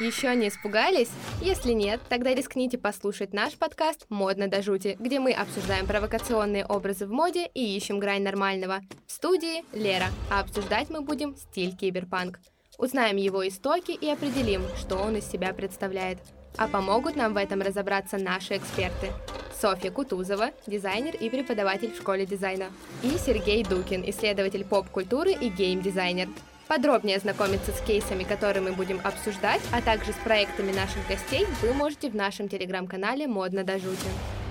Еще не испугались? Если нет, тогда рискните послушать наш подкаст «Модно до жути», где мы обсуждаем провокационные образы в моде и ищем грань нормального. В студии Лера, а обсуждать мы будем стиль киберпанк. Узнаем его истоки и определим, что он из себя представляет. А помогут нам в этом разобраться наши эксперты. Софья Кутузова, дизайнер и преподаватель в школе дизайна. И Сергей Дукин, исследователь поп-культуры и гейм-дизайнер. Подробнее ознакомиться с кейсами, которые мы будем обсуждать, а также с проектами наших гостей вы можете в нашем телеграм-канале «Модно до жути».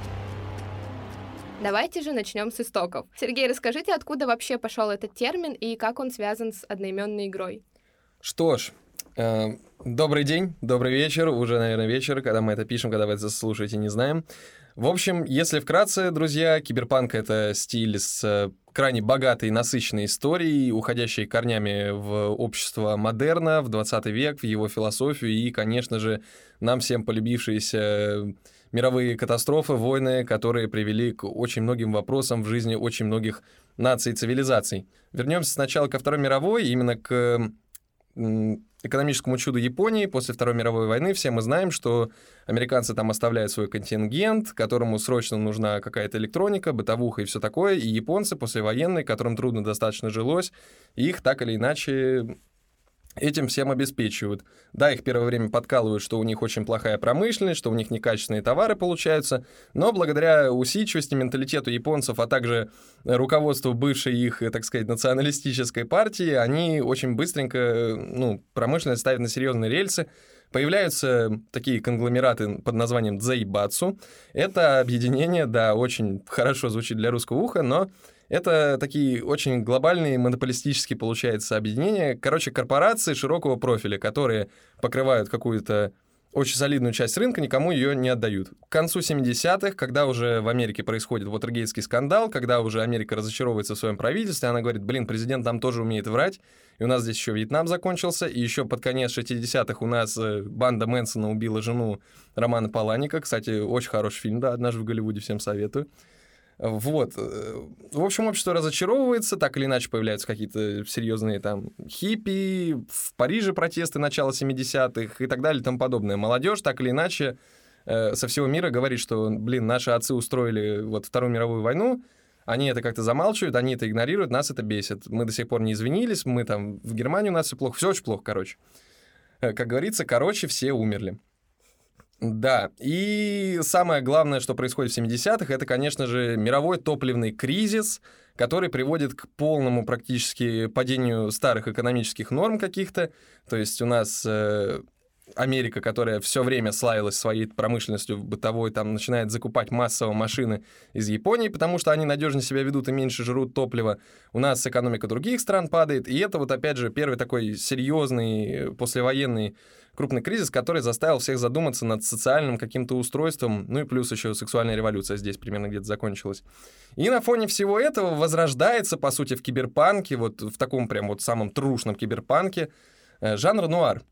Давайте же начнем с истоков. Сергей, расскажите, откуда вообще пошел этот термин и как он связан с одноименной игрой? Что ж, добрый день, добрый вечер, уже, наверное, вечер, когда мы это пишем, когда вы это слушаете, не знаем. В общем, если вкратце, друзья, киберпанк — это стиль с крайне богатой и насыщенной историей, уходящей корнями в общество модерна, в 20 век, в его философию и, конечно же, нам всем полюбившиеся мировые катастрофы, войны, которые привели к очень многим вопросам в жизни очень многих наций и цивилизаций. Вернемся сначала ко Второй мировой, именно к экономическому чуду Японии. После Второй мировой войны все мы знаем, что американцы там оставляют свой контингент, которому срочно нужна какая-то электроника, бытовуха и все такое, и японцы послевоенные, которым трудно достаточно жилось, их так или иначе этим всем обеспечивают. Да, их первое время подкалывают, что у них очень плохая промышленность, что у них некачественные товары получаются, но благодаря усидчивости, менталитету японцев, а также руководству бывшей их, так сказать, националистической партии, они очень быстренько, промышленность ставят на серьезные рельсы. Появляются такие конгломераты под названием дзэйбацу. Это объединение, да, очень хорошо звучит для русского уха, но это такие очень глобальные, монополистические, получается, объединения. Короче, корпорации широкого профиля, которые покрывают какую-то очень солидную часть рынка, никому ее не отдают. К концу 70-х, когда уже в Америке происходит Уотергейтский скандал, когда уже Америка разочаровывается в своем правительстве, она говорит, президент там тоже умеет врать, и у нас здесь еще Вьетнам закончился, и еще под конец 60-х у нас банда Мэнсона убила жену Романа Поланика. Кстати, очень хороший фильм, да, «Однажды в Голливуде», всем советую. Вот. В общем, общество разочаровывается, так или иначе появляются какие-то серьезные там хиппи, в Париже протесты начала 70-х и так далее и тому подобное. Молодежь так или иначе со всего мира говорит, что, наши отцы устроили Вторую мировую войну, они это как-то замалчивают, они это игнорируют, нас это бесит. Мы до сих пор не извинились, мы там в Германии у нас все плохо, все очень плохо, короче. Как говорится, все умерли. Да, и самое главное, что происходит в 70-х, это, конечно же, мировой топливный кризис, который приводит к полному практически падению старых экономических норм каких-то. То есть у нас Америка, которая все время славилась своей промышленностью бытовой, там начинает закупать массово машины из Японии, потому что они надежнее себя ведут и меньше жрут топлива. У нас экономика других стран падает, и это опять же первый такой серьезный послевоенный крупный кризис, который заставил всех задуматься над социальным каким-то устройством, и плюс еще сексуальная революция здесь примерно где-то закончилась. И на фоне всего этого возрождается, по сути, в киберпанке, в таком прям самом трушном киберпанке, жанр нуар.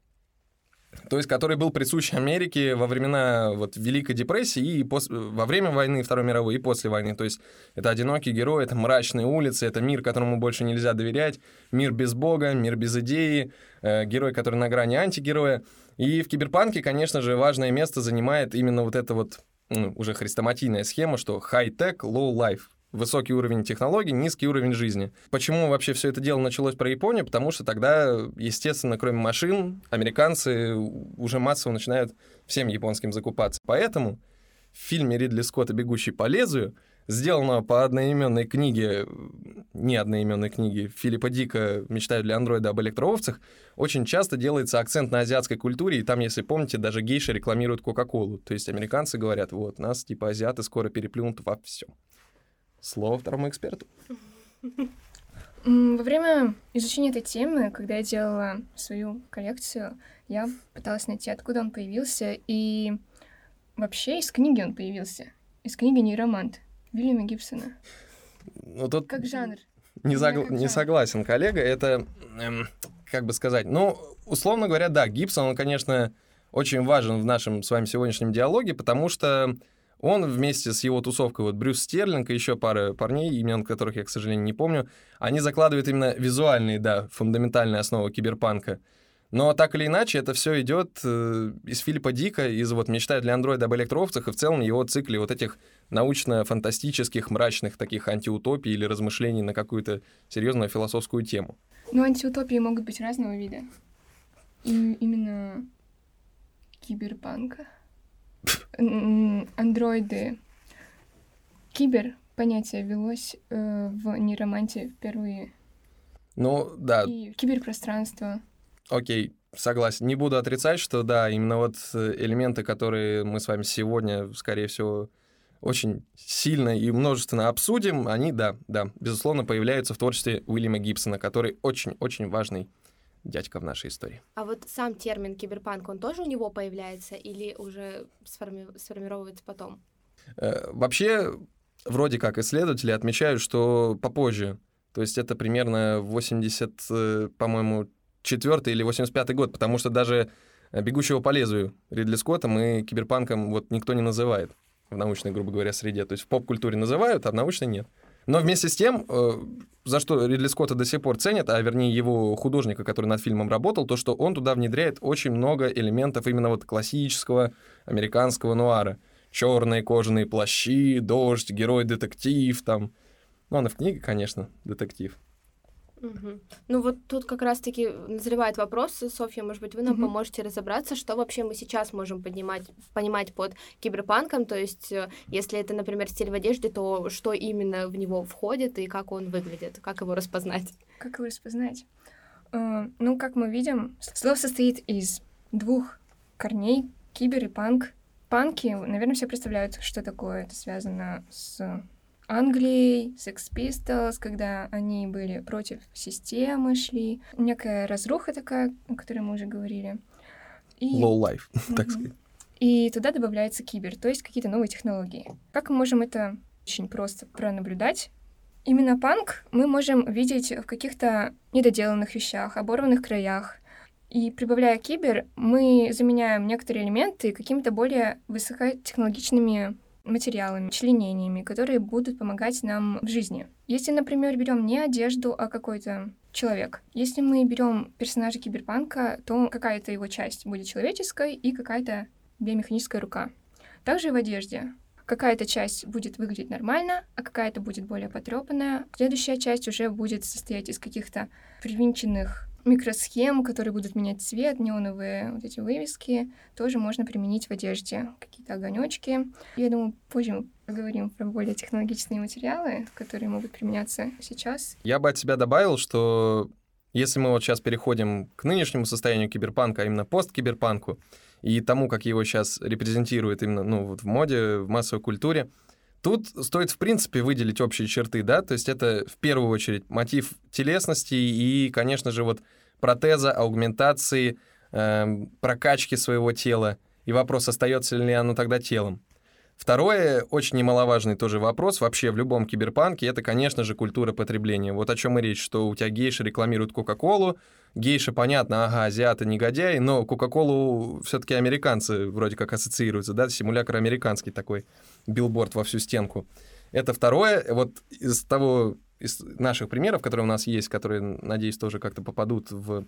То есть, который был присущ Америке во времена Великой депрессии и во время войны Второй мировой и после войны. То есть, это одинокий герой, это мрачные улицы, это мир, которому больше нельзя доверять, мир без бога, мир без идеи, герой, который на грани антигероя. И в киберпанке, конечно же, важное место занимает именно эта уже хрестоматийная схема, что high-tech, low-life. Высокий уровень технологий, низкий уровень жизни. Почему вообще все это дело началось про Японию? Потому что тогда, естественно, кроме машин, американцы уже массово начинают всем японским закупаться. Поэтому в фильме Ридли Скотта «Бегущий по лезвию», сделанного по одноименной книге, не одноименной книге Филиппа Дика «Мечтаю для андроида об электроовцах», очень часто делается акцент на азиатской культуре, и там, если помните, даже гейши рекламируют Кока-Колу. То есть американцы говорят, нас азиаты скоро переплюнут во всем. Слово второму эксперту. Во время изучения этой темы, когда я делала свою коллекцию, я пыталась найти, откуда он появился, и вообще из книги он появился. Из книги «Нейромант» Уильяма Гибсона. Тут как жанр. Не согласен, коллега. Это, как бы сказать, условно говоря, да, Гибсон, он, конечно, очень важен в нашем с вами сегодняшнем диалоге, потому что он вместе с его тусовкой, Брюс Стерлинг и еще пара парней, имен которых я, к сожалению, не помню, они закладывают именно визуальные, фундаментальные основы киберпанка. Но так или иначе, это все идет из Филиппа Дика, из вот «Мечтаю для андроида об электроовцах», и в целом его цикле вот этих научно-фантастических, мрачных таких антиутопий или размышлений на какую-то серьезную философскую тему. Ну, антиутопии могут быть разного вида. И именно киберпанка. Андроиды. Кибер понятие велось в нейроманте впервые. Ну, да. И киберпространство. Окей, согласен. Не буду отрицать, что да, именно вот элементы, которые мы с вами сегодня, скорее всего, очень сильно и множественно обсудим, они, да, безусловно, появляются в творчестве Уильяма Гибсона, который очень-очень важный дядька в нашей истории. А вот сам термин киберпанк, он тоже у него появляется или уже сформировывается потом? Вообще, вроде как исследователи отмечают, что попозже. То есть это примерно 80, по-моему, 4-й или 85-й год, потому что даже «Бегущего по лезвию» Ридли Скотта мы киберпанком вот никто не называет в научной, грубо говоря, среде. То есть в поп-культуре называют, а в научной нет. Но вместе с тем, за что Ридли Скотта до сих пор ценят, а вернее его художника, который над фильмом работал, то, что он туда внедряет очень много элементов именно вот классического американского нуара. Черные кожаные плащи, дождь, герой-детектив там. Ну, он и в книге, конечно, детектив. Угу. Ну вот тут как раз-таки назревает вопрос, Софья, может быть, вы нам поможете разобраться, что вообще мы сейчас можем понимать под киберпанком, то есть если это, например, стиль в одежде, то что именно в него входит и как он выглядит, как его распознать? Как его распознать? Ну, как мы видим, слово состоит из двух корней — кибер и панк. Панки, наверное, все представляют, что такое. Это связано с Англией, Sex Pistols, когда они были против системы, шли. Некая разруха такая, о которой мы уже говорили. Low life, так сказать. И туда добавляется кибер, то есть какие-то новые технологии. Как мы можем это очень просто пронаблюдать? Именно панк мы можем видеть в каких-то недоделанных вещах, оборванных краях. И прибавляя кибер, мы заменяем некоторые элементы какими-то более высокотехнологичными материалами, членениями, которые будут помогать нам в жизни. Если, например, берем не одежду, а какой-то человек. Если мы берем персонажа киберпанка, то какая-то его часть будет человеческой и какая-то биомеханическая рука. Также и в одежде. Какая-то часть будет выглядеть нормально, а какая-то будет более потрепанная. Следующая часть уже будет состоять из каких-то привинченных микросхем, которые будут менять цвет, неоновые вот эти вывески, тоже можно применить в одежде. Какие-то огонечки. Я думаю, позже мы поговорим про более технологичные материалы, которые могут применяться сейчас. Я бы от себя добавил, что если мы вот сейчас переходим к нынешнему состоянию киберпанка, а именно посткиберпанку, и тому, как его сейчас репрезентируют именно вот в моде, в массовой культуре, тут стоит, в принципе, выделить общие черты, да, то есть это в первую очередь мотив телесности и, конечно же, вот протеза, аугментации, прокачки своего тела, и вопрос, остается ли оно тогда телом. Второе, очень немаловажный тоже вопрос вообще в любом киберпанке, это, конечно же, культура потребления. Вот о чем и речь, что у тебя гейши рекламируют Кока-Колу, гейши, понятно, ага, азиаты негодяи, но Кока-Колу все-таки американцы вроде как ассоциируются, да, симулятор американский такой, билборд во всю стенку. Это второе, вот из наших примеров, которые у нас есть, которые, надеюсь, тоже как-то попадут в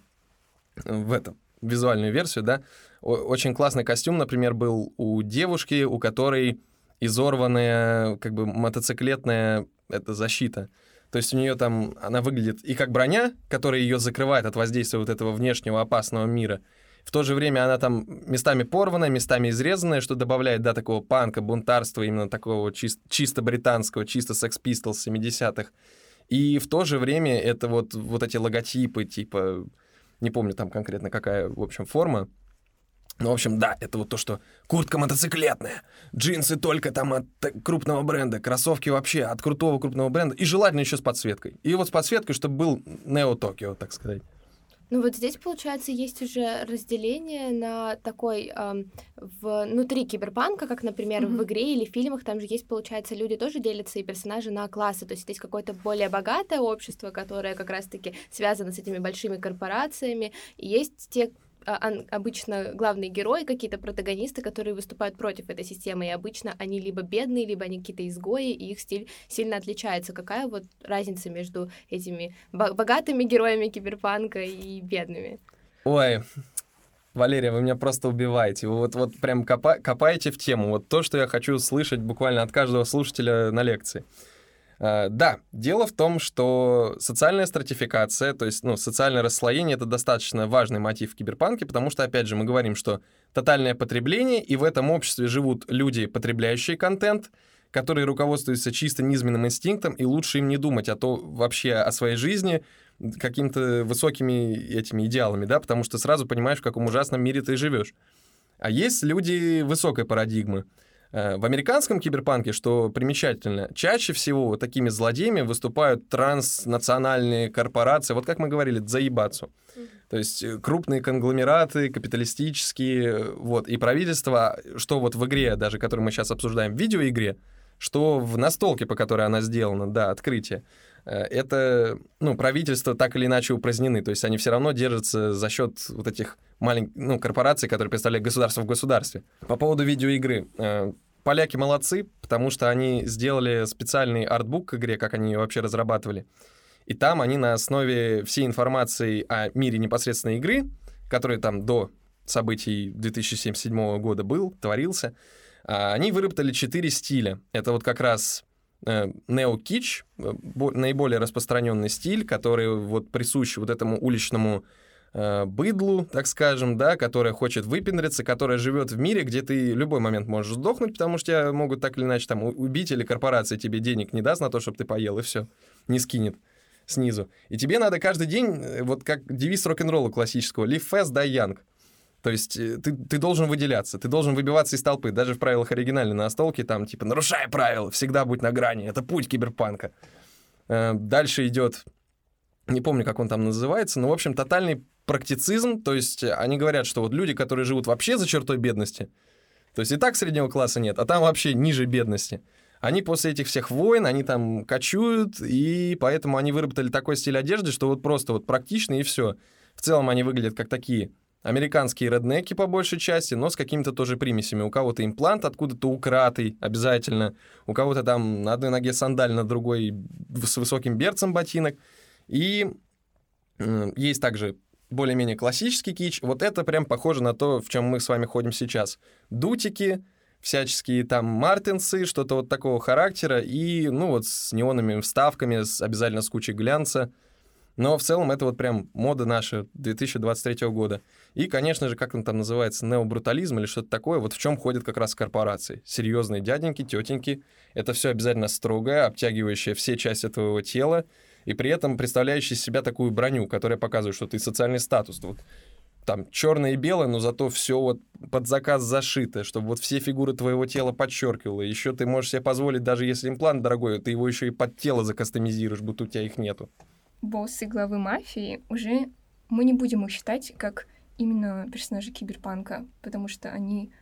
эту визуальную версию, да, очень классный костюм, например, был у девушки, у которой изорванная, как бы, мотоциклетная защита. То есть у нее там, она выглядит и как броня, которая ее закрывает от воздействия вот этого внешнего опасного мира. В то же время она там местами порванная, местами изрезанная, что добавляет, да, такого панка, бунтарства, именно такого чисто британского, чисто Sex Pistols 70-х. И в то же время это вот эти логотипы, типа, не помню там конкретно какая, в общем, форма. Ну, в общем, да, это вот то, что куртка мотоциклетная, джинсы только там от крупного бренда, кроссовки вообще от крутого крупного бренда, и желательно еще с подсветкой. И вот с подсветкой, чтобы был Neo Tokyo, так сказать. Ну вот здесь, получается, есть уже разделение на такой внутри киберпанка, как, например, в игре или в фильмах, там же есть, получается, люди тоже делятся и персонажи на классы, то есть есть какое-то более богатое общество, которое как раз-таки связано с этими большими корпорациями, и есть те обычно главные герои, какие-то протагонисты, которые выступают против этой системы, и обычно они либо бедные, либо они какие-то изгои, и их стиль сильно отличается. Какая вот разница между этими богатыми героями киберпанка и бедными? Ой, Валерия, вы меня просто убиваете. Вы вот прям копаете в тему. Вот то, что я хочу слышать буквально от каждого слушателя на лекции. Да, дело в том, что социальная стратификация, то есть, социальное расслоение — это достаточно важный мотив в киберпанке, потому что, опять же, мы говорим, что тотальное потребление, и в этом обществе живут люди, потребляющие контент, которые руководствуются чисто низменным инстинктом, и лучше им не думать вообще о своей жизни какими-то высокими этими идеалами, да, потому что сразу понимаешь, в каком ужасном мире ты живешь. А есть люди высокой парадигмы. В американском киберпанке, что примечательно, чаще всего вот такими злодеями выступают транснациональные корпорации, вот как мы говорили, дзаибацу. То есть крупные конгломераты, капиталистические, вот, и правительство, что вот в игре, даже которую мы сейчас обсуждаем, в видеоигре, что в настолке, по которой она сделана, да, открытие, это, правительства так или иначе упразднены, то есть они все равно держатся за счет вот этих маленьких, корпораций, которые представляют государство в государстве. По поводу видеоигры. Поляки молодцы, потому что они сделали специальный артбук к игре, как они ее вообще разрабатывали. И там они на основе всей информации о мире непосредственной игры, который там до событий 2077 года творился, они выработали 4 стиля. Это вот как раз нео-кич, наиболее распространенный стиль, который вот присущ вот этому уличному быдлу, так скажем, да, которая хочет выпендриться, которая живет в мире, где ты в любой момент можешь сдохнуть, потому что тебя могут так или иначе там убить, или корпорация тебе денег не даст на то, чтобы ты поел, и все, не скинет снизу. И тебе надо каждый день, вот как девиз рок-н-ролла классического, live fast, die young. То есть ты должен выделяться, ты должен выбиваться из толпы. Даже в правилах оригинальной настолки там типа нарушай правила, всегда будь на грани. Это путь киберпанка. Дальше идет, не помню, как он там называется, но, в общем, тотальный практицизм. То есть они говорят, что вот люди, которые живут вообще за чертой бедности, то есть и так среднего класса нет, а там вообще ниже бедности, они после этих всех войн, они там кочуют, и поэтому они выработали такой стиль одежды, что вот просто вот практично и все. В целом они выглядят как такие американские реднеки по большей части, но с какими-то тоже примесями. У кого-то имплант откуда-то укратый обязательно, у кого-то там на одной ноге сандаль, на другой с высоким берцем ботинок. И есть также более-менее классический кич. Вот это прям похоже на то, в чем мы с вами ходим сейчас. Дутики, всяческие там мартинсы, что-то вот такого характера, и, вот с неоновыми вставками, обязательно с кучей глянца. Но в целом это вот прям мода наша 2023 года. И, конечно же, как он там называется, необрутализм или что-то такое, вот в чем ходят как раз корпорации. Серьезные дяденьки, тетеньки. Это все обязательно строгое, обтягивающее все части твоего тела, и при этом представляющее из себя такую броню, которая показывает, что ты социальный статус. Вот там черное и белое, но зато все вот под заказ зашито, чтобы вот все фигуры твоего тела подчеркивало. Еще ты можешь себе позволить, даже если имплант дорогой, ты его еще и под тело закастомизируешь, будто у тебя их нету. Боссы главы мафии уже мы не будем их считать как именно персонажи киберпанка, потому что они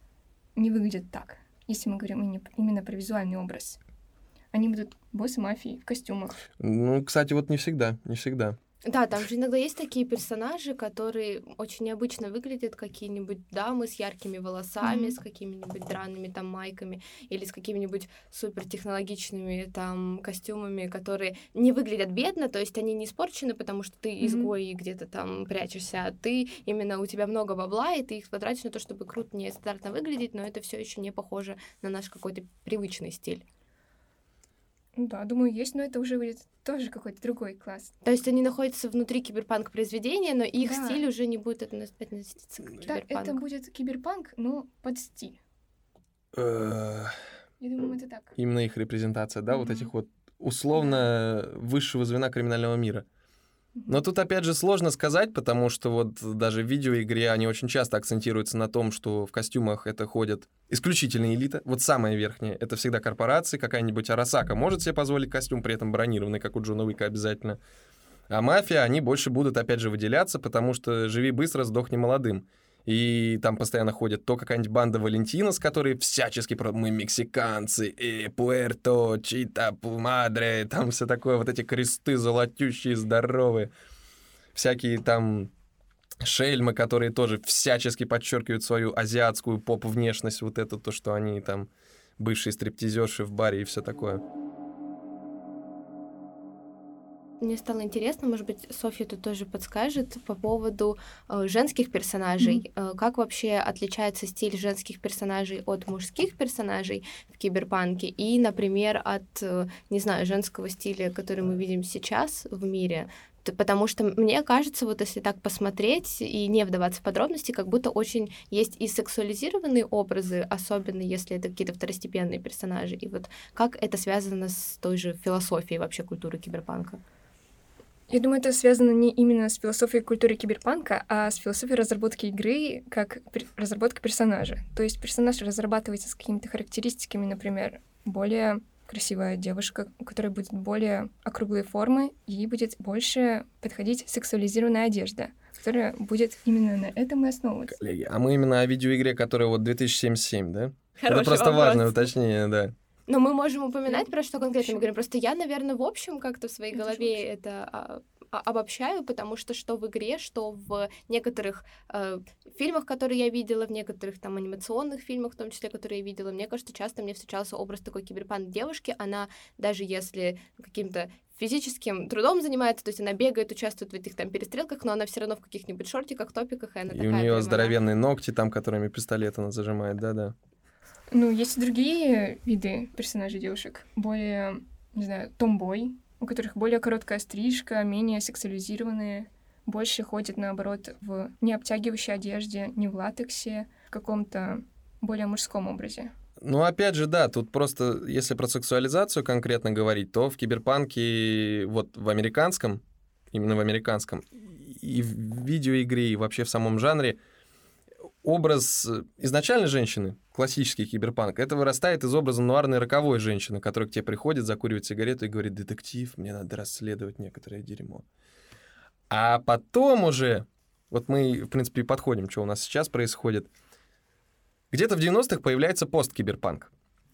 не выглядят так, если мы говорим именно про визуальный образ. Они будут боссы мафии в костюмах. Кстати, вот не всегда. Да, там же иногда есть такие персонажи, которые очень необычно выглядят, какие-нибудь дамы с яркими волосами, с какими-нибудь драными там майками или с какими-нибудь супертехнологичными там костюмами, которые не выглядят бедно, то есть они не испорчены, потому что ты изгой и где-то там прячешься, а ты именно у тебя много бабла, и ты их потратишь на то, чтобы круто, нестандартно выглядеть, но это все еще не похоже на наш какой-то привычный стиль. Да, думаю, есть, но это уже будет тоже какой-то другой класс. То есть они находятся внутри киберпанк-произведения, но их стиль уже не будет относиться к киберпанку. Да, это будет киберпанк, но под стиль. Я думаю, это так. Именно их репрезентация, да, вот этих вот условно высшего звена криминального мира. Но тут, опять же, сложно сказать, потому что вот даже в видеоигре они очень часто акцентируются на том, что в костюмах это ходят исключительная элита. Вот самая верхняя — это всегда корпорации. Какая-нибудь Арасака может себе позволить костюм, при этом бронированный, как у Джона Уика обязательно. А мафия, они больше будут, опять же, выделяться, потому что живи быстро, сдохни молодым. И там постоянно ходит то какая-нибудь банда Валентинос, которые всячески мы мексиканцы, Пуэрто, Чита, Мадре, там все такое, вот эти кресты золотющие, здоровые. Всякие там шельмы, которые тоже всячески подчеркивают свою азиатскую поп-внешность, вот это то, что они там бывшие стриптизерши в баре и все такое. Мне стало интересно, может быть, Софья тут тоже подскажет по поводу женских персонажей. Как вообще отличается стиль женских персонажей от мужских персонажей в киберпанке и, например, от, не знаю, женского стиля, который мы видим сейчас в мире? Потому что мне кажется, вот если так посмотреть и не вдаваться в подробности, как будто очень есть и сексуализированные образы, особенно если это какие-то второстепенные персонажи. И вот как это связано с той же философией вообще культуры киберпанка? Я думаю, это связано не именно с философией культуры киберпанка, а с философией разработки игры как разработка персонажа. То есть персонаж разрабатывается с какими-то характеристиками, например, более красивая девушка, у которой будет более округлые формы, ей будет больше подходить сексуализированная одежда, которая будет именно на этом и основываться. Коллеги, а мы именно о видеоигре, которая вот 2077, да? Хороший это просто вопрос. важное уточнение, да. Но мы можем упоминать, про что конкретно мы говорим. Просто я, наверное, в общем как-то в своей голове это обобщаю, потому что в игре, что в некоторых фильмах, которые я видела, в некоторых там анимационных фильмах, в том числе, которые я видела, мне кажется, часто мне встречался образ такой киберпанк девушки. Она, даже если каким-то физическим трудом занимается, то есть она бегает, участвует в этих там перестрелках, но она все равно в каких-нибудь шортиках, топиках, и она такая. И у нее прям, здоровенные ногти, там, которыми пистолет она зажимает, да-да. Ну, есть и другие виды персонажей девушек. Более, не знаю, томбой, у которых более короткая стрижка, менее сексуализированные, больше ходят, наоборот, в не обтягивающей одежде, не в латексе, в каком-то более мужском образе. Ну, опять же, да, тут просто, если про сексуализацию конкретно говорить, то в киберпанке, вот в американском, именно в американском, и в видеоигре, и вообще в самом жанре, образ изначально женщины, классический киберпанк, это вырастает из образа нуарной роковой женщины, которая к тебе приходит, закуривает сигарету и говорит: детектив, мне надо расследовать некоторое дерьмо. А потом уже, вот мы, в принципе, и подходим, что у нас сейчас происходит. Где-то в 90-х появляется посткиберпанк.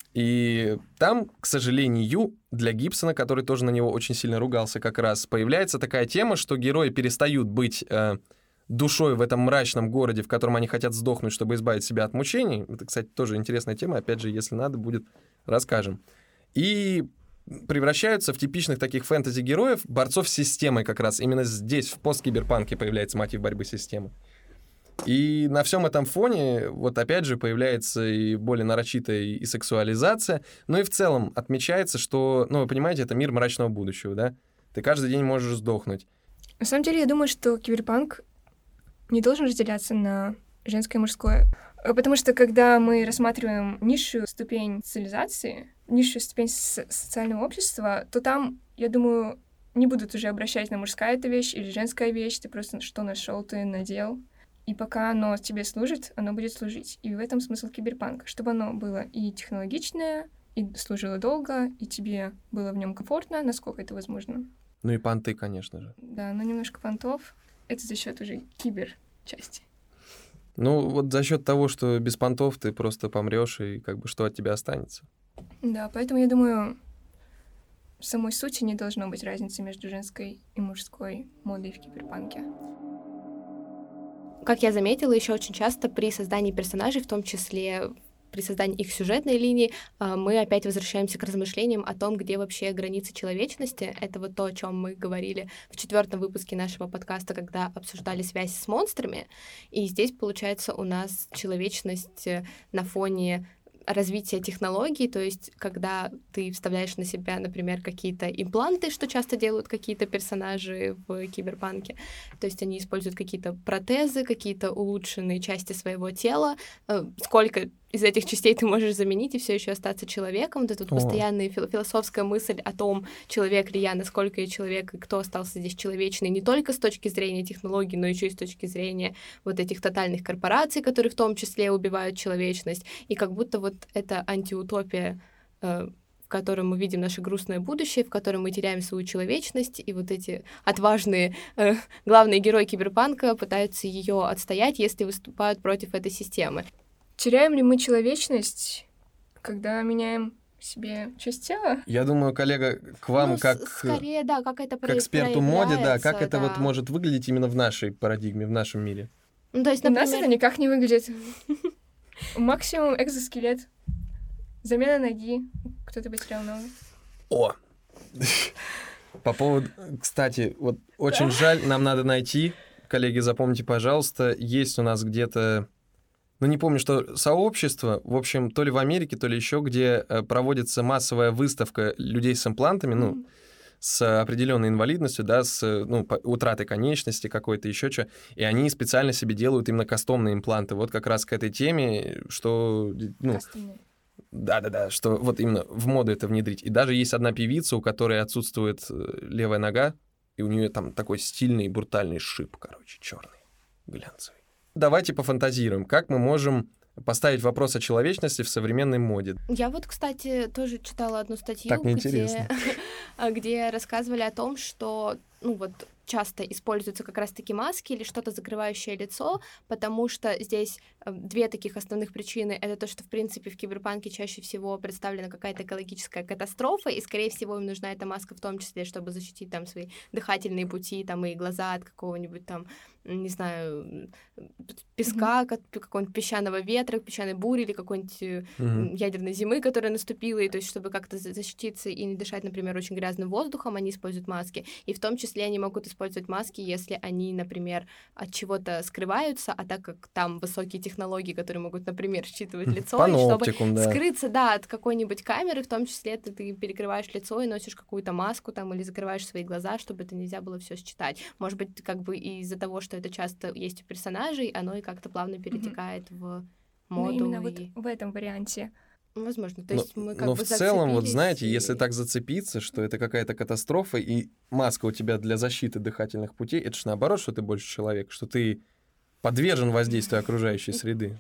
И там, к сожалению, для Гибсона, который тоже на него очень сильно ругался как раз, появляется такая тема, что герои перестают быть душой в этом мрачном городе, в котором они хотят сдохнуть, чтобы избавить себя от мучений. Это, кстати, тоже интересная тема. Опять же, если надо будет, расскажем. И превращаются в типичных таких фэнтези-героев, борцов с системой как раз. Именно здесь, в посткиберпанке, появляется мотив борьбы с системой. И на всем этом фоне, вот опять же, появляется и более нарочитая и сексуализация, но и в целом отмечается, что, ну, вы понимаете, это мир мрачного будущего, да? Ты каждый день можешь сдохнуть. На самом деле, я думаю, что киберпанк не должен разделяться на женское и мужское. Потому что, когда мы рассматриваем низшую ступень цивилизации, низшую ступень социального общества, то там, я думаю, не будут уже обращать на мужская эта вещь или женская вещь. Ты просто что нашел, ты надел. И пока оно тебе служит, оно будет служить. И в этом смысл киберпанка. Чтобы оно было и технологичное, и служило долго, и тебе было в нем комфортно, насколько это возможно. Ну и понты, конечно же. Да, но немножко понтов. Это за счет уже кибер-части. Ну, вот за счет того, что без понтов ты просто помрешь, и как бы что от тебя останется. Да, поэтому я думаю, в самой сути не должно быть разницы между женской и мужской модой в киберпанке. Как я заметила, еще очень часто при создании персонажей, в том числе при создании их сюжетной линии, мы опять возвращаемся к размышлениям о том, где вообще границы человечности. Это вот то, о чем мы говорили в 4-м выпуске нашего подкаста, когда обсуждали связь с монстрами. И здесь, получается, у нас человечность на фоне развития технологий, то есть когда ты вставляешь на себя, например, какие-то импланты, что часто делают какие-то персонажи в киберпанке, то есть они используют какие-то протезы, какие-то улучшенные части своего тела, сколько из этих частей ты можешь заменить и все еще остаться человеком. Вот эта вот постоянная философская мысль о том, человек ли я, насколько я человек, и кто остался здесь человечный, не только с точки зрения технологий, но еще и с точки зрения вот этих тотальных корпораций, которые в том числе убивают человечность. И как будто вот эта антиутопия, в котором мы видим наше грустное будущее, в котором мы теряем свою человечность, и вот эти отважные главные герои киберпанка пытаются ее отстоять, если выступают против этой системы. Теряем ли мы человечность, когда меняем себе часть тела? Я думаю, коллега, к вам скорее, да, как это к эксперту моде, да, как это вот может выглядеть именно в нашей парадигме, в нашем мире. Ну, то есть, например... У нас это никак не выглядит. Максимум экзоскелет. Замена ноги. Кто-то потерял ногу. О! По поводу... Кстати, вот очень жаль, нам надо найти, коллеги, запомните, пожалуйста, есть у нас где-то, ну не помню, что сообщество, в общем, то ли в Америке, то ли еще, где проводится массовая выставка людей с имплантами, ну, с определенной инвалидностью, да, с утратой конечности какой-то, еще что, и они специально себе делают именно кастомные импланты. Вот как раз к этой теме, что... Ну, да, что вот именно в моду это внедрить. И даже есть одна певица, у которой отсутствует левая нога, и у нее там такой стильный брутальный шип, короче, черный, глянцевый. Давайте пофантазируем, как мы можем поставить вопрос о человечности в современной моде. Я вот, кстати, тоже читала одну статью, так неинтересно. где рассказывали о том, что, ну вот, часто используются как раз-таки маски или что-то закрывающее лицо, потому что здесь две таких основных причины. Это то, что, в принципе, в киберпанке чаще всего представлена какая-то экологическая катастрофа, и, скорее всего, им нужна эта маска в том числе, чтобы защитить там свои дыхательные пути, там, и глаза от какого-нибудь там, не знаю, песка, какого-нибудь песчаного ветра, песчаной бури или какой-нибудь ядерной зимы, которая наступила, и то есть, чтобы как-то защититься и не дышать, например, очень грязным воздухом, они используют маски. И в том числе они могут использовать маски, если они, например, от чего-то скрываются, а так как там высокие технологии, которые могут, например, считывать лицо, и чтобы скрыться, да, от какой-нибудь камеры, в том числе ты перекрываешь лицо и носишь какую-то маску там или закрываешь свои глаза, чтобы это нельзя было все считать. Может быть, как бы из-за того, что это часто есть у персонажей, оно и как-то плавно перетекает в моду. Ну, именно вот в этом варианте. Возможно, то есть мы как но бы в целом, вот знаете, и... если так зацепиться, что это какая-то катастрофа, и маска у тебя для защиты дыхательных путей, это же наоборот, что ты больше человек, что ты подвержен воздействию окружающей среды.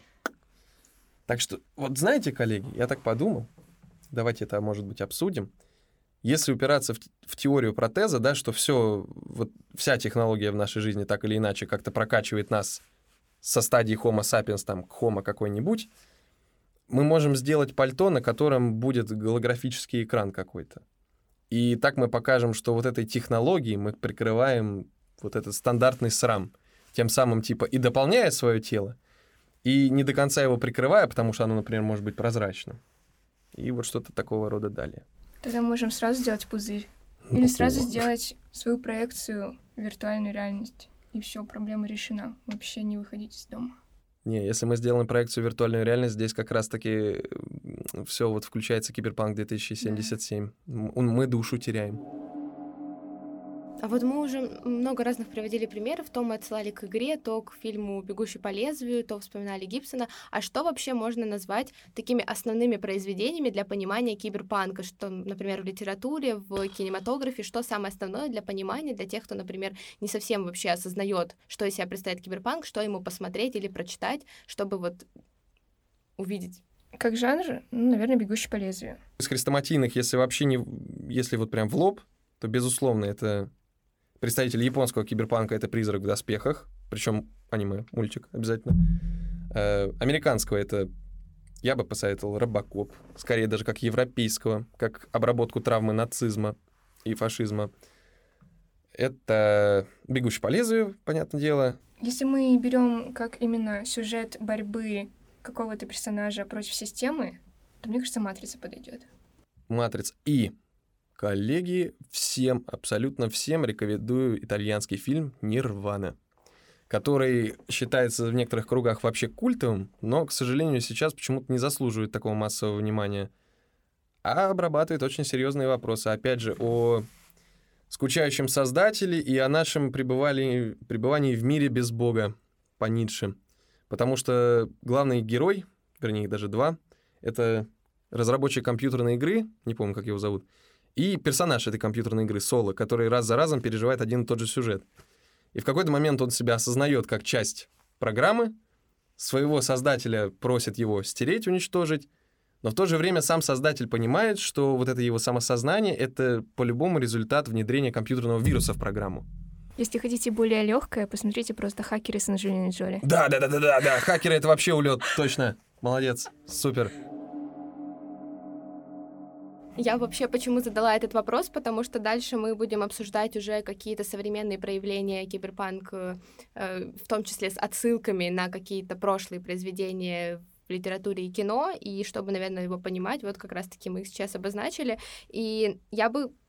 Так что, вот знаете, коллеги, я так подумал, давайте это, может быть, обсудим. Если упираться в теорию протеза, да, что вот вся технология в нашей жизни так или иначе как-то прокачивает нас со стадии Homo sapiens там, к Homo какой-нибудь, мы можем сделать пальто, на котором будет голографический экран какой-то. И так мы покажем, что вот этой технологией мы прикрываем вот этот стандартный срам, тем самым типа и дополняя свое тело, и не до конца его прикрывая, потому что оно, например, может быть прозрачным. И вот что-то такого рода далее. Тогда мы можем сразу сделать пузырь. Или сразу сделать свою проекцию в виртуальную реальность. И все, проблема решена. Вообще не выходить из дома. Не, если мы сделаем проекцию в виртуальную реальность, здесь как раз-таки все вот включается Киберпанк 2077. Да. Мы душу теряем. А вот мы уже много разных приводили примеров. То мы отсылали к игре, то к фильму «Бегущий по лезвию», то вспоминали Гибсона. А что вообще можно назвать такими основными произведениями для понимания киберпанка? Что, например, в литературе, в кинематографе, что самое основное для понимания, для тех, кто, например, не совсем вообще осознает, что из себя представляет киберпанк, что ему посмотреть или прочитать, чтобы вот увидеть? Как жанр, наверное, «Бегущий по лезвию». Из хрестоматийных, если вообще не... Если вот прям в лоб, то, безусловно, это... Представитель японского киберпанка — это «Призрак в доспехах», причем аниме, мультик обязательно. Американского — это, я бы посоветовал, «Робокоп», скорее даже как европейского, как обработку травмы нацизма и фашизма. Это «Бегущий по лезвию», понятное дело. Если мы берем как именно сюжет борьбы какого-то персонажа против системы, то, мне кажется, «Матрица» подойдет. «Матрица» и... Коллеги, всем, абсолютно всем рекомендую итальянский фильм «Нирвана», который считается в некоторых кругах вообще культовым, но, к сожалению, сейчас почему-то не заслуживает такого массового внимания, а обрабатывает очень серьезные вопросы, опять же, о скучающем создателе и о нашем пребывании в мире без Бога по Ницше. Потому что главный герой, вернее, их даже два, это разработчик компьютерной игры, не помню, как его зовут, и персонаж этой компьютерной игры, Соло, который раз за разом переживает один и тот же сюжет. И в какой-то момент он себя осознает как часть программы, своего создателя просит его стереть, уничтожить, но в то же время сам создатель понимает, что вот это его самосознание — это по-любому результат внедрения компьютерного вируса в программу. Если хотите более легкое, посмотрите просто «Хакеры» с Анджелиной Джоли. Да, «Хакеры» — это вообще улет, точно. Молодец, супер. Я вообще почему задала этот вопрос, потому что дальше мы будем обсуждать уже какие-то современные проявления киберпанка, в том числе с отсылками на какие-то прошлые произведения в литературе и кино, и чтобы, наверное, его понимать, вот как раз-таки мы их сейчас обозначили. И я бы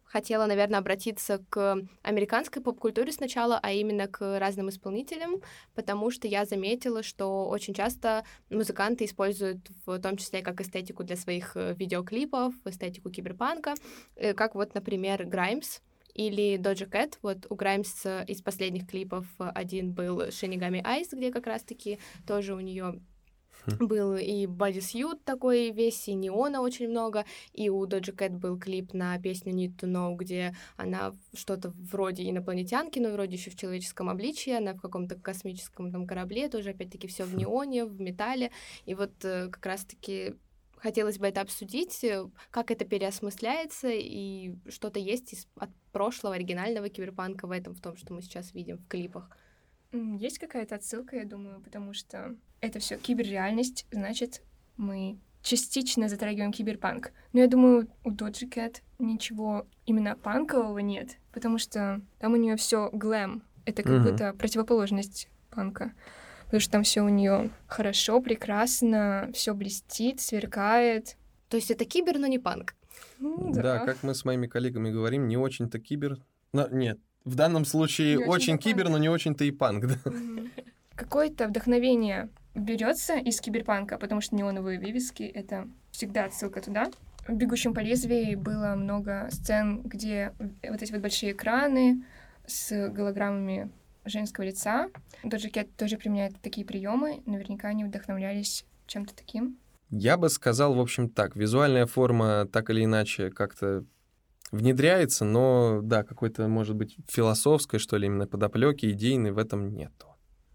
хотела, наверное, обратиться к американской поп-культуре сначала, а именно к разным исполнителям, потому что я заметила, что очень часто музыканты используют в том числе как эстетику для своих видеоклипов, эстетику киберпанка, как вот, например, Grimes или Doja Cat. Вот у Grimes из последних клипов один был Shinigami Eyes, где как раз-таки тоже у нее был и бодисьют такой весь, и неона очень много, и у Doja Cat был клип на песню Need to Know, где она что-то вроде инопланетянки, но вроде еще в человеческом обличии, она в каком-то космическом там корабле, тоже опять-таки все в неоне, в металле, и вот как раз-таки хотелось бы это обсудить, как это переосмысляется, и что-то есть от прошлого оригинального киберпанка в этом, в том, что мы сейчас видим в клипах. Есть какая-то отсылка, я думаю, потому что это все киберреальность, значит, мы частично затрагиваем киберпанк. Но я думаю, у Doja Cat ничего именно панкового нет, потому что там у нее все глэм. Это как будто противоположность панка. Потому что там все у нее хорошо, прекрасно, все блестит, сверкает. То есть это кибер, но не панк. Да, как мы с моими коллегами говорим, не очень-то кибер. Но нет. В данном случае Не очень кибер, панк. но не очень-то и панк, да? Какое-то вдохновение берется из киберпанка, потому что неоновые вывески — это всегда отсылка туда. В «Бегущем по лезвию» было много сцен, где вот эти вот большие экраны с голограммами женского лица. Doja Cat тоже применяет такие приемы. Наверняка они вдохновлялись чем-то таким. Я бы сказал, в общем, так. Визуальная форма так или иначе как-то внедряется, но, да, какой-то, может быть, философской, что ли, именно подоплеки, идейной в этом нету.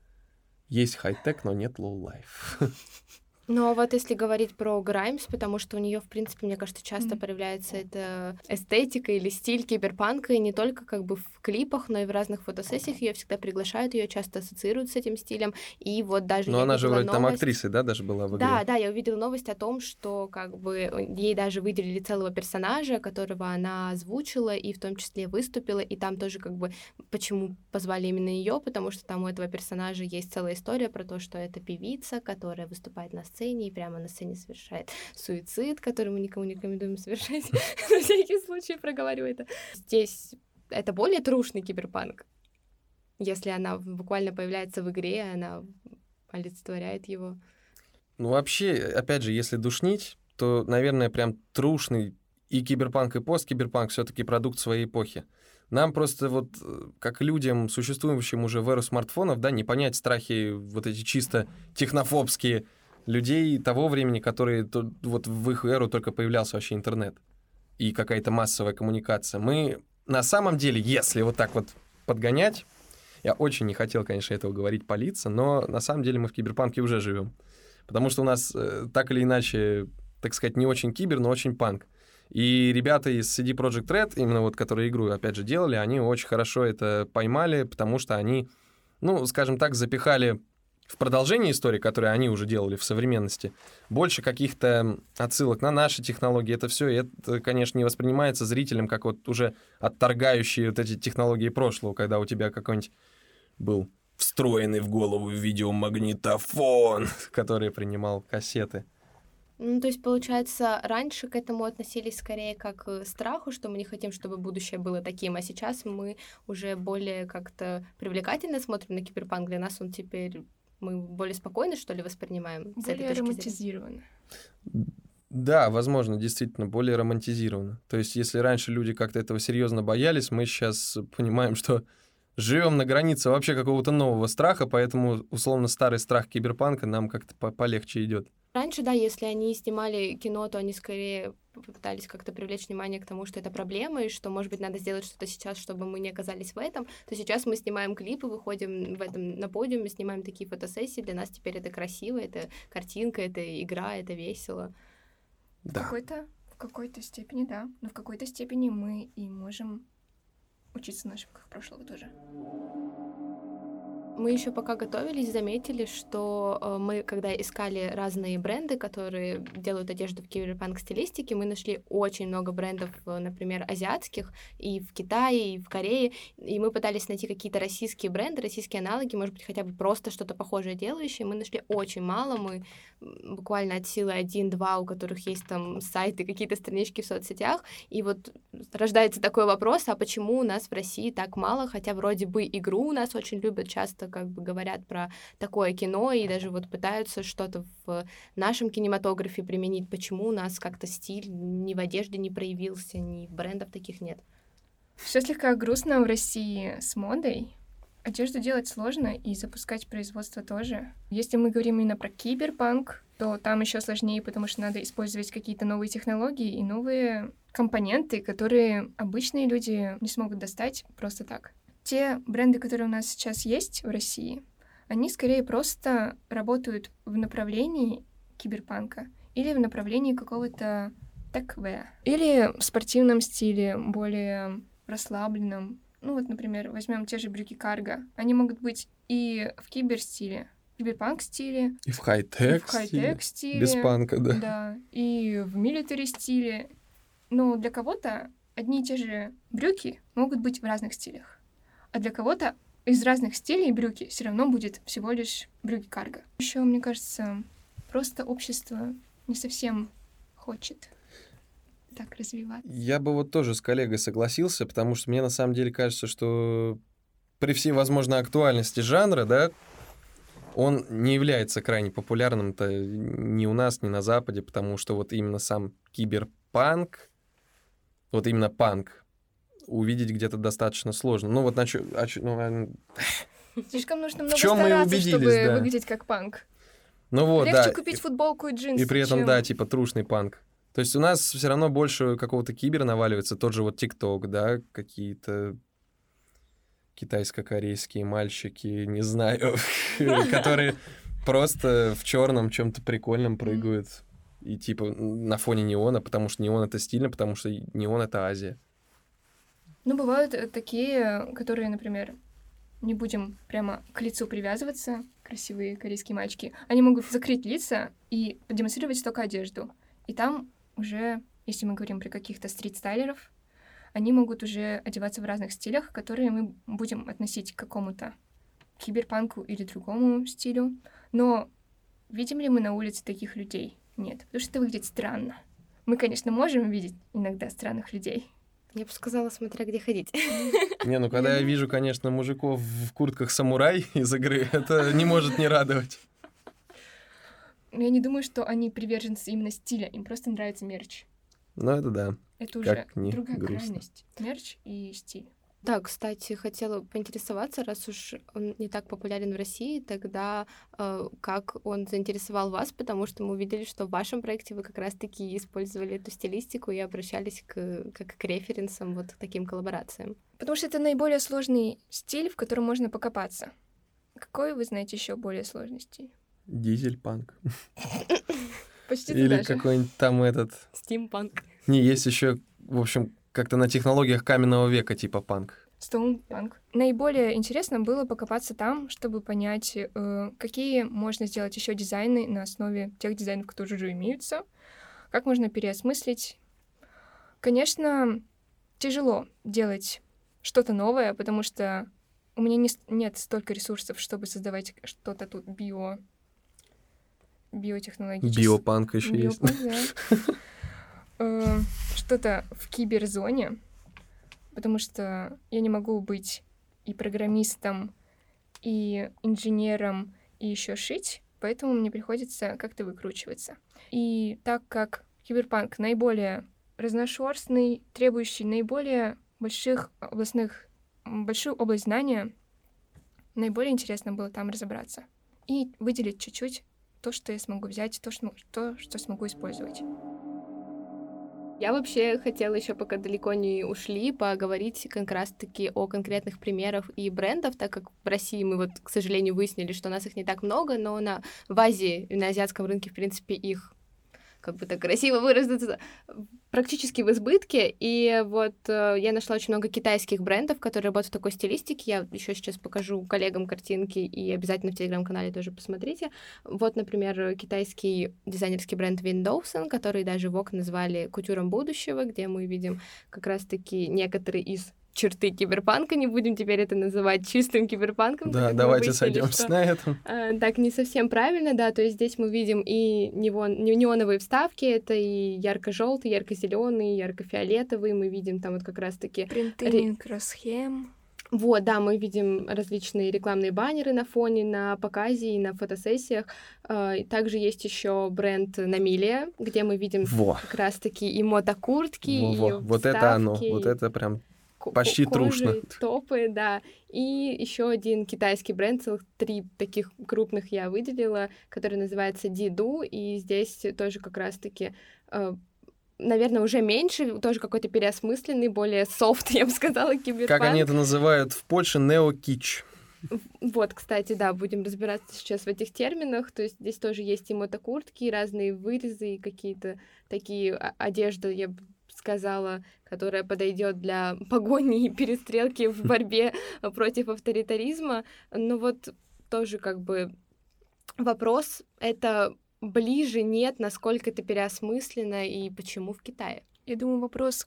Есть хай-тек, но нет лоу-лайф. Ну, а вот если говорить про Граймс, потому что у нее, в принципе, мне кажется, часто проявляется эта эстетика или стиль киберпанка, и не только как бы в клипах, но и в разных фотосессиях ее всегда приглашают, ее часто ассоциируют с этим стилем, и вот даже Но я она же видела вроде там новость... актрисой, да, даже была в игре? Да, я увидела новость о том, что как бы ей даже выделили целого персонажа, которого она озвучила и в том числе выступила, и там тоже как бы почему позвали именно ее, потому что там у этого персонажа есть целая история про то, что это певица, которая выступает на сцене и прямо на сцене совершает суицид, который мы никому не рекомендуем совершать. На всякий случай проговариваю это. Здесь это более трушный киберпанк. Если она буквально появляется в игре, она олицетворяет его. Ну, вообще, опять же, если душнить, то, наверное, прям трушный и киберпанк, и посткиберпанк все-таки продукт своей эпохи. Нам просто вот, как людям, существующим уже в эру смартфонов, да, не понять страхи вот эти чисто технофобские людей того времени, которые вот в их эру только появлялся вообще интернет и какая-то массовая коммуникация. Мы на самом деле, если вот так вот подгонять, я очень не хотел, конечно, этого говорить, палиться, но на самом деле мы в киберпанке уже живем. Потому что у нас так или иначе, так сказать, не очень кибер, но очень панк. И ребята из CD Projekt Red, именно вот, которые игру, опять же, делали, они очень хорошо это поймали, потому что они, ну, скажем так, запихали в продолжение истории, которые они уже делали в современности, больше каких-то отсылок на наши технологии. Это все, это, конечно, не воспринимается зрителем как вот уже отторгающие вот эти технологии прошлого, когда у тебя какой-нибудь был встроенный в голову видеомагнитофон, который принимал кассеты. Ну, то есть, получается, раньше к этому относились скорее как к страху, что мы не хотим, чтобы будущее было таким, а сейчас мы уже более как-то привлекательно смотрим на киберпанк. Для нас он теперь... Мы более спокойно, что ли, воспринимаем? Более романтизировано. Да, возможно, действительно, более романтизировано. То есть, если раньше люди как-то этого серьезно боялись, мы сейчас понимаем, что живем на границе вообще какого-то нового страха, поэтому, условно, старый страх киберпанка нам как-то полегче идет. Раньше, да, если они снимали кино, то они скорее попытались как-то привлечь внимание к тому, что это проблема, и что, может быть, надо сделать что-то сейчас, чтобы мы не оказались в этом. То сейчас мы снимаем клипы, выходим в этом на подиуме, снимаем такие фотосессии. Для нас теперь это красиво, это картинка, это игра, это весело. Да. В какой-то степени, да. Но в какой-то степени мы и можем учиться на ошибках прошлого тоже. Мы еще пока готовились, заметили, что мы, когда искали разные бренды, которые делают одежду в киберпанк-стилистике, мы нашли очень много брендов, например, азиатских, и в Китае, и в Корее, и мы пытались найти какие-то российские бренды, российские аналоги, может быть, хотя бы просто что-то похожее делающее. Мы нашли очень мало, мы буквально от силы 1-2, у которых есть там сайты, какие-то странички в соцсетях, и вот рождается такой вопрос, а почему у нас в России так мало, хотя вроде бы игру у нас очень любят, часто как бы говорят про такое кино и даже вот пытаются что-то в нашем кинематографе применить, почему у нас как-то стиль ни в одежде не проявился, ни брендов таких нет. Все слегка грустно в России с модой. Одежду делать сложно и запускать производство тоже. Если мы говорим именно про киберпанк, то там еще сложнее, потому что надо использовать какие-то новые технологии и новые компоненты, которые обычные люди не смогут достать просто так. Те бренды, которые у нас сейчас есть в России, они скорее просто работают в направлении киберпанка или в направлении какого-то tech-wear. Или в спортивном стиле, более расслабленном. Ну вот, например, возьмем те же брюки карго. Они могут быть и в киберстиле, в киберпанк-стиле, И в хай-тек стиле. без панка, да. Да, и в милитари стиле. Но для кого-то одни и те же брюки могут быть в разных стилях. А для кого-то из разных стилей брюки все равно будет всего лишь брюки карго. Еще, мне кажется, просто общество не совсем хочет так развиваться. Я бы вот тоже с коллегой согласился, потому что мне на самом деле кажется, что при всей возможной актуальности жанра, да, он не является крайне популярным-то ни у нас, ни на Западе, потому что вот именно сам киберпанк, вот именно панк, увидеть где-то достаточно сложно. Ну вот Слишком нужно много чем мы стараться, убедились, чтобы да. выглядеть как панк. ну вот, Легче да. купить футболку и джинсы, И при этом, чем... да, типа трушный панк. То есть у нас все равно больше какого-то кибер наваливается, тот же вот ТикТок, да, какие-то китайско-корейские мальчики, не знаю, которые просто в черном чем-то прикольном прыгают. И типа на фоне неона, потому что неон — это стильно, потому что неон — это Азия. Ну, бывают такие, которые, например, не будем прямо к лицу привязываться, красивые корейские мальчики. Они могут закрыть лица и продемонстрировать только одежду. И там уже, если мы говорим про каких-то стрит-стайлеров, они могут уже одеваться в разных стилях, которые мы будем относить к какому-то киберпанку или другому стилю. Но видим ли мы на улице таких людей? Нет, потому что это выглядит странно. Мы, конечно, можем видеть иногда странных людей. Я бы сказала, смотря где ходить. Не, ну когда я вижу, конечно, мужиков в куртках самурай из игры, это не может не радовать. Я не думаю, что они приверженцы именно стиля, им просто нравится мерч. Ну это да. Это уже Как ни другая грустно. крайность. Мерч и стиль. Да, кстати, хотела поинтересоваться, раз уж он не так популярен в России, тогда как он заинтересовал вас, потому что мы увидели, что в вашем проекте вы как раз-таки использовали эту стилистику и обращались как к референсам, вот к таким коллаборациям. Потому что это наиболее сложный стиль, в котором можно покопаться. Какой вы знаете еще более сложный стиль? Дизель-панк. Почти Или туда же. какой-нибудь там этот... Стимпанк. Не, есть еще, в общем, как-то на технологиях каменного века типа панк. Стоунпанк. Наиболее интересно было покопаться там, чтобы понять, какие можно сделать еще дизайны на основе тех дизайнов, которые уже имеются, как можно переосмыслить. Конечно, тяжело делать что-то новое, потому что у меня нет столько ресурсов, чтобы создавать что-то тут биотехнологическое. Биопанк еще есть. Да. Что-то в киберзоне, потому что я не могу быть и программистом, и инженером, и еще шить, поэтому мне приходится как-то выкручиваться. И так как киберпанк наиболее разношерстный, требующий наиболее большую область знания, наиболее интересно было там разобраться и выделить чуть-чуть то, что я смогу взять, то, что смогу использовать. Я вообще хотела еще, пока далеко не ушли, поговорить как раз-таки о конкретных примерах и брендах, так как в России мы вот, к сожалению, выяснили, что у нас их не так много, но в Азии и на азиатском рынке, в принципе, их как бы так красиво выразиться, практически в избытке. И вот я нашла очень много китайских брендов, которые работают в такой стилистике. Я еще сейчас покажу коллегам картинки, и обязательно в Телеграм-канале тоже посмотрите. Вот, например, китайский дизайнерский бренд Windowson, который даже Vogue назвали кутюром будущего, где мы видим как раз-таки некоторые из черты киберпанка, не будем теперь это называть чистым киберпанком. Да, давайте сойдемся на этом. Так не совсем правильно, да, то есть здесь мы видим и неоновые вставки, это и ярко-желтый, ярко-зеленый, ярко-фиолетовый, мы видим там вот как раз-таки... Принты микросхем. Вот, да, мы видим различные рекламные баннеры на фоне, на показе и на фотосессиях. Также есть еще бренд Намилия, где мы видим как раз-таки и мотокуртки, и вот вставки, это оно, вот это прям... Почти трушно. Топы, да. И еще один китайский бренд, целых 3 таких крупных я выделила, который называется Диду, и здесь тоже как раз-таки, наверное, уже меньше, тоже какой-то переосмысленный, более софт, я бы сказала, киберпанк. Как они это называют в Польше, неокич. Вот, кстати, да, будем разбираться сейчас в этих терминах. То есть здесь тоже есть и мотокуртки, и разные вырезы, и какие-то такие одежды, я бы сказала, которая подойдет для погони и перестрелки в борьбе против авторитаризма. Но вот тоже как бы вопрос, это ближе, нет, насколько это переосмысленно и почему в Китае. Я думаю, вопрос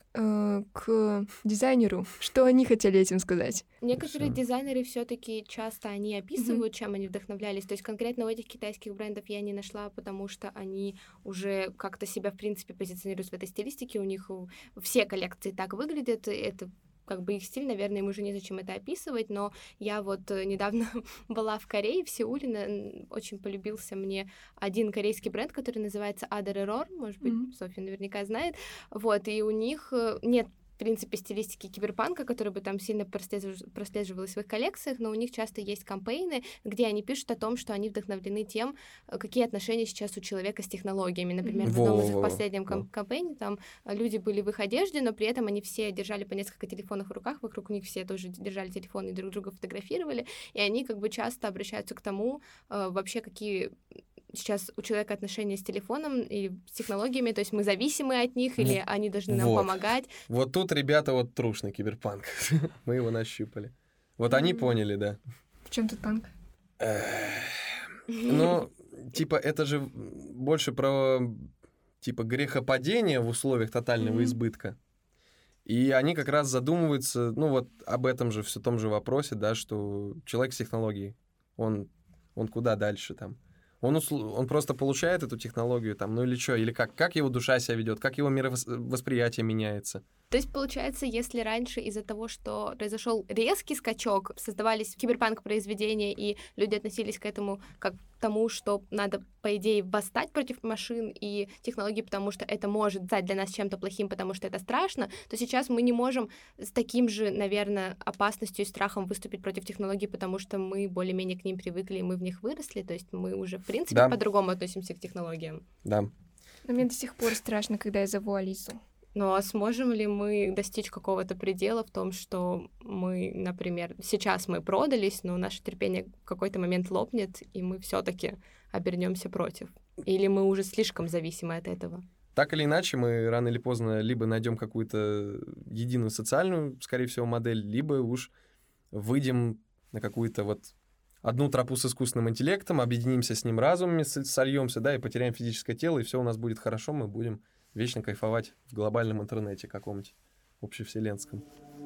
к дизайнеру. Что они хотели этим сказать? Некоторые дизайнеры все-таки часто они описывают, чем они вдохновлялись. То есть конкретно у этих китайских брендов я не нашла, потому что они уже как-то себя, в принципе, позиционируют в этой стилистике. У них все коллекции так выглядят. Это как бы их стиль, наверное, им уже незачем это описывать, но я вот недавно была в Корее, в Сеуле, очень полюбился мне один корейский бренд, который называется Adder Error, может быть, Софья наверняка знает, вот, и у них нет, в принципе, стилистики киберпанка, которая бы там сильно прослеживалась в их коллекциях, но у них часто есть кампейны, где они пишут о том, что они вдохновлены тем, какие отношения сейчас у человека с технологиями. Например, в одном из их последнем кампейне там люди были в их одежде, но при этом они все держали по несколько телефонов в руках, вокруг них все тоже держали телефоны и друг друга фотографировали, и они как бы часто обращаются к тому, вообще какие сейчас у человека отношения с телефоном и с технологиями, то есть мы зависимы от них, или они должны нам помогать. Вот тут, ребята, вот трушный киберпанк. Мы его нащупали. Вот они поняли, да. В чем тут панк? Ну, типа, это же больше про, типа, грехопадение в условиях тотального избытка. И они как раз задумываются, ну, вот об этом же, все том же вопросе, да, что человек с технологией, он куда дальше там? Он просто получает эту технологию, там, ну или что, или как его душа себя ведет, как его мировосприятие меняется. То есть, получается, если раньше из-за того, что произошел резкий скачок, создавались киберпанк-произведения, и люди относились к этому как к тому, что надо, по идее, восстать против машин и технологий, потому что это может стать для нас чем-то плохим, потому что это страшно, то сейчас мы не можем с таким же, наверное, опасностью и страхом выступить против технологий, потому что мы более-менее к ним привыкли, и мы в них выросли, то есть мы уже, в принципе, по-другому относимся к технологиям. Да. Но мне до сих пор страшно, когда я зову Алису. Ну а сможем ли мы достичь какого-то предела в том, что мы, например, сейчас мы продались, но наше терпение в какой-то момент лопнет, и мы все-таки обернемся против? Или мы уже слишком зависимы от этого? Так или иначе, мы рано или поздно либо найдем какую-то единую социальную, скорее всего, модель, либо уж выйдем на какую-то вот одну тропу с искусственным интеллектом, объединимся с ним разумами, сольемся, да, и потеряем физическое тело, и все у нас будет хорошо, мы будем вечно кайфовать в глобальном интернете каком-нибудь общевселенском.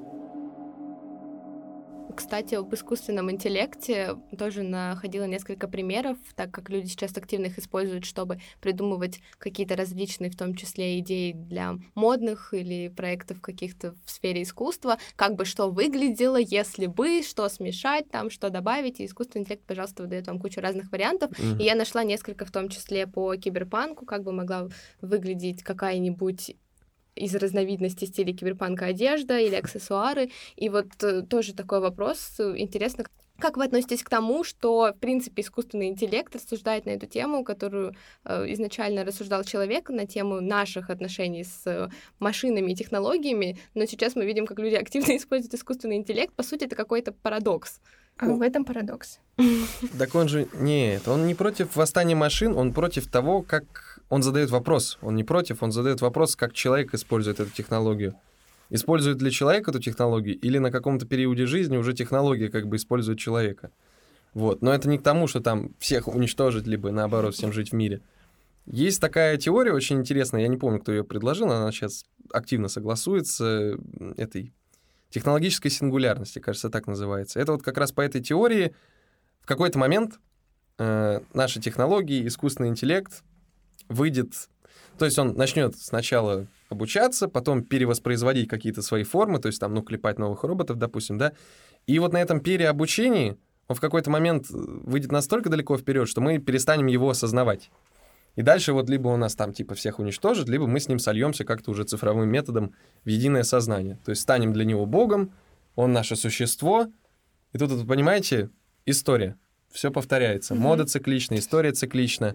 Кстати, об искусственном интеллекте тоже находила несколько примеров, так как люди сейчас активно их используют, чтобы придумывать какие-то различные, в том числе, идеи для модных или проектов каких-то в сфере искусства, как бы что выглядело, если бы, что смешать, там, что добавить, и искусственный интеллект, пожалуйста, выдает вам кучу разных вариантов. И я нашла несколько, в том числе по киберпанку, как бы могла выглядеть какая-нибудь из разновидностей стиля киберпанка одежда или аксессуары. И вот тоже такой вопрос. Интересно, как вы относитесь к тому, что, в принципе, искусственный интеллект рассуждает на эту тему, которую изначально рассуждал человек, на тему наших отношений с машинами и технологиями, но сейчас мы видим, как люди активно используют искусственный интеллект. По сути, это какой-то парадокс. В этом парадокс. Так он же... Нет, он не против восстания машин, он против того, как он задает вопрос, он не против, он задает вопрос, как человек использует эту технологию. Использует ли человек эту технологию, или на каком-то периоде жизни уже технология как бы использует человека. Вот. Но это не к тому, что там всех уничтожить, либо наоборот всем жить в мире. Есть такая теория очень интересная, я не помню, кто ее предложил, она сейчас активно согласуется этой технологической сингулярности, кажется, так называется. Это вот как раз по этой теории в какой-то момент наши технологии, искусственный интеллект выйдет... То есть он начнет сначала обучаться, потом перевоспроизводить какие-то свои формы, то есть там, клепать новых роботов, допустим, да. И вот на этом переобучении он в какой-то момент выйдет настолько далеко вперед, что мы перестанем его осознавать. И дальше вот либо он нас там типа всех уничтожит, либо мы с ним сольемся как-то уже цифровым методом в единое сознание. То есть станем для него богом, он наше существо. И тут, вот, понимаете, история. Все повторяется. Мода циклична, история циклична.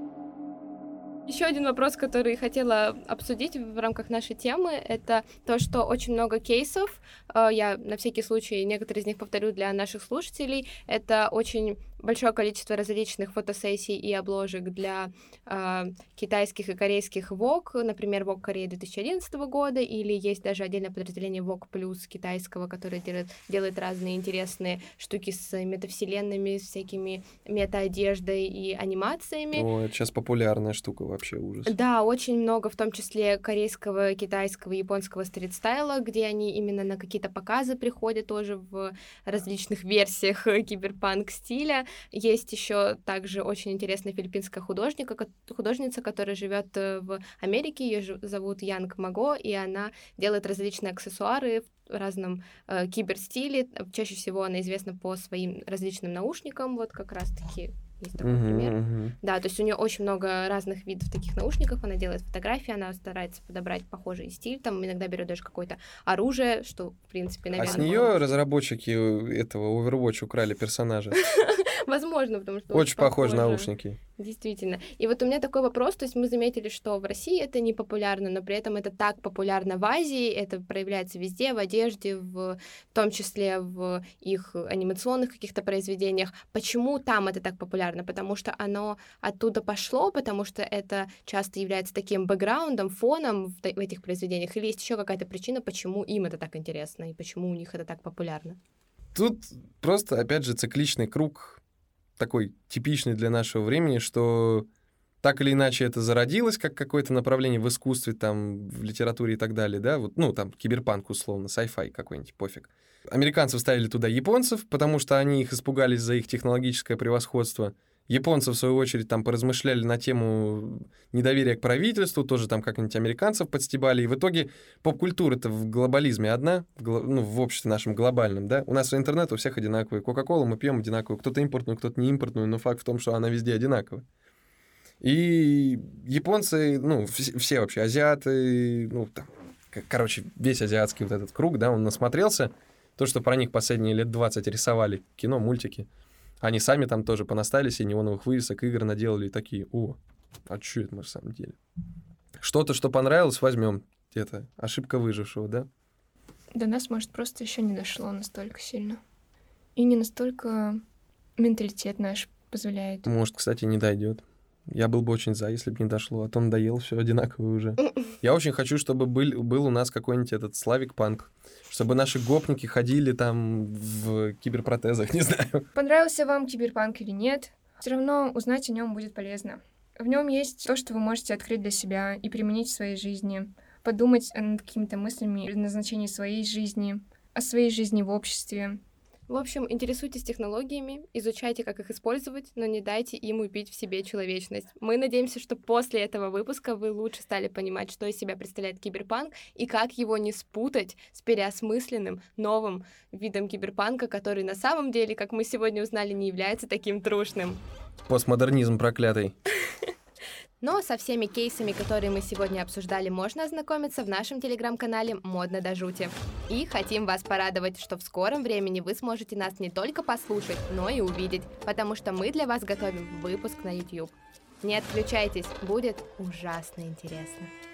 Еще один вопрос, который хотела обсудить в рамках нашей темы, это то, что очень много кейсов, я на всякий случай некоторые из них повторю для наших слушателей, это очень большое количество различных фотосессий и обложек для китайских и корейских Vogue, например, Vogue Кореи 2011 года, или есть даже отдельное подразделение Vogue Plus китайского, которое делает разные интересные штуки с метавселенными, с всякими мета-одеждой и анимациями. О, это сейчас популярная штука, вообще ужас. Да, очень много, в том числе корейского, китайского, японского стрит-стайла, где они именно на какие-то показы приходят тоже в различных версиях киберпанк-стиля. Есть еще также очень интересная филиппинская художница, которая живет в Америке, ее зовут Янг Маго, и она делает различные аксессуары в разном киберстиле. Чаще всего она известна по своим различным наушникам, вот как раз-таки есть такой пример. Да, то есть у нее очень много разных видов таких наушников, она делает фотографии, она старается подобрать похожий стиль, там иногда берет даже какое-то оружие, что, в принципе, наверное... А с нее разработчики этого Overwatch украли персонажа? Возможно, потому что... Очень похожи наушники. Действительно. И вот у меня такой вопрос, то есть мы заметили, что в России это не популярно, но при этом это так популярно в Азии, это проявляется везде, в одежде, в том числе в их анимационных каких-то произведениях. Почему там это так популярно? Потому что оно оттуда пошло, потому что это часто является таким бэкграундом, фоном в этих произведениях, или есть еще какая-то причина, почему им это так интересно и почему у них это так популярно? Тут просто, опять же, цикличный круг такой типичный для нашего времени, что так или иначе это зародилось как какое-то направление в искусстве, там, в литературе и так далее, да, вот, там, киберпанк условно, sci-fi какой-нибудь, пофиг. Американцы вставили туда японцев, потому что они их испугались за их технологическое превосходство. Японцы, в свою очередь, там поразмышляли на тему недоверия к правительству, тоже там как-нибудь американцев подстебали. И в итоге поп-культура-то в глобализме одна, в обществе нашем глобальном, да. У нас интернет у всех одинаковый. Кока-колу мы пьем одинаковую. Кто-то импортную, кто-то не импортную, но факт в том, что она везде одинаковая. И японцы, все вообще азиаты, весь азиатский вот этот круг, да, он насмотрелся. То, что про них последние лет 20 рисовали кино, мультики. Они сами там тоже понаставили себе неоновых вывесок, игр наделали и такие, а что это на самом деле? Что-то, что понравилось, возьмем. Это ошибка выжившего, да? До нас, может, просто еще не дошло настолько сильно. И не настолько менталитет наш позволяет. Может, кстати, не дойдет. Я был бы очень за, если бы не дошло, а то надоело, все одинаковое уже. Я очень хочу, чтобы был у нас какой-нибудь этот Славик Панк, чтобы наши гопники ходили там в киберпротезах, не знаю. Понравился вам киберпанк или нет, все равно узнать о нем будет полезно. В нем есть то, что вы можете открыть для себя и применить в своей жизни, подумать над какими-то мыслями о назначении своей жизни, о своей жизни в обществе. В общем, интересуйтесь технологиями, изучайте, как их использовать, но не дайте им убить в себе человечность. Мы надеемся, что после этого выпуска вы лучше стали понимать, что из себя представляет киберпанк и как его не спутать с переосмысленным новым видом киберпанка, который на самом деле, как мы сегодня узнали, не является таким трушным. Постмодернизм проклятый. Но со всеми кейсами, которые мы сегодня обсуждали, можно ознакомиться в нашем телеграм-канале «Модно до жути». И хотим вас порадовать, что в скором времени вы сможете нас не только послушать, но и увидеть, потому что мы для вас готовим выпуск на YouTube. Не отключайтесь, будет ужасно интересно.